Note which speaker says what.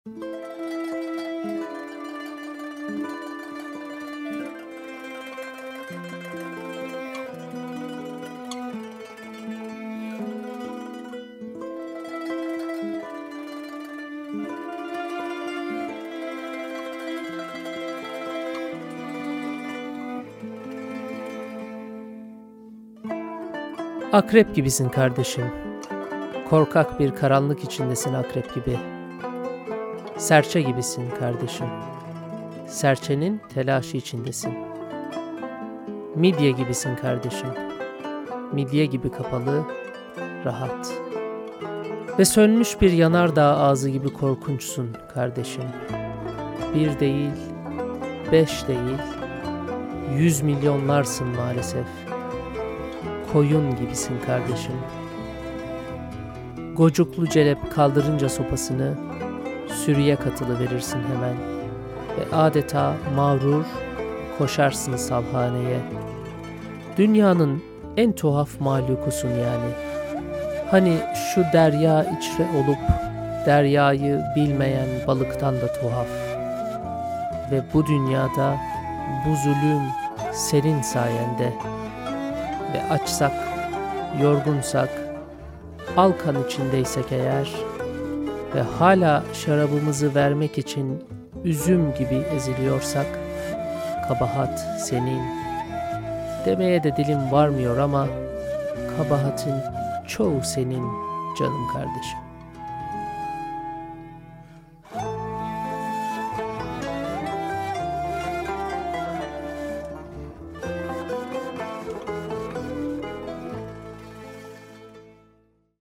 Speaker 1: Akrep gibisin kardeşim. Korkak bir karanlık içindesin akrep gibi. Serçe gibisin kardeşim. Serçenin telaşı içindesin. Midye gibisin kardeşim. Midye gibi kapalı, rahat. Ve sönmüş bir yanardağ ağzı gibi korkunçsun kardeşim. 1 değil, 5 değil, 100 milyonlarsın maalesef. Koyun gibisin kardeşim. Gocuklu celep kaldırınca sopasını, sürüye katılıverirsin hemen ve adeta mağrur koşarsın savhaneye. Dünyanın en tuhaf mahlukusun yani. Hani şu derya içre olup deryayı bilmeyen balıktan da tuhaf. Ve bu dünyada bu zulüm senin sayende. Ve açsak, yorgunsak, alkan içindeysek eğer ve hala şarabımızı vermek için üzüm gibi eziliyorsak, kabahat senin. Demeye de dilim varmıyor ama kabahatin çoğu senin canım kardeşim.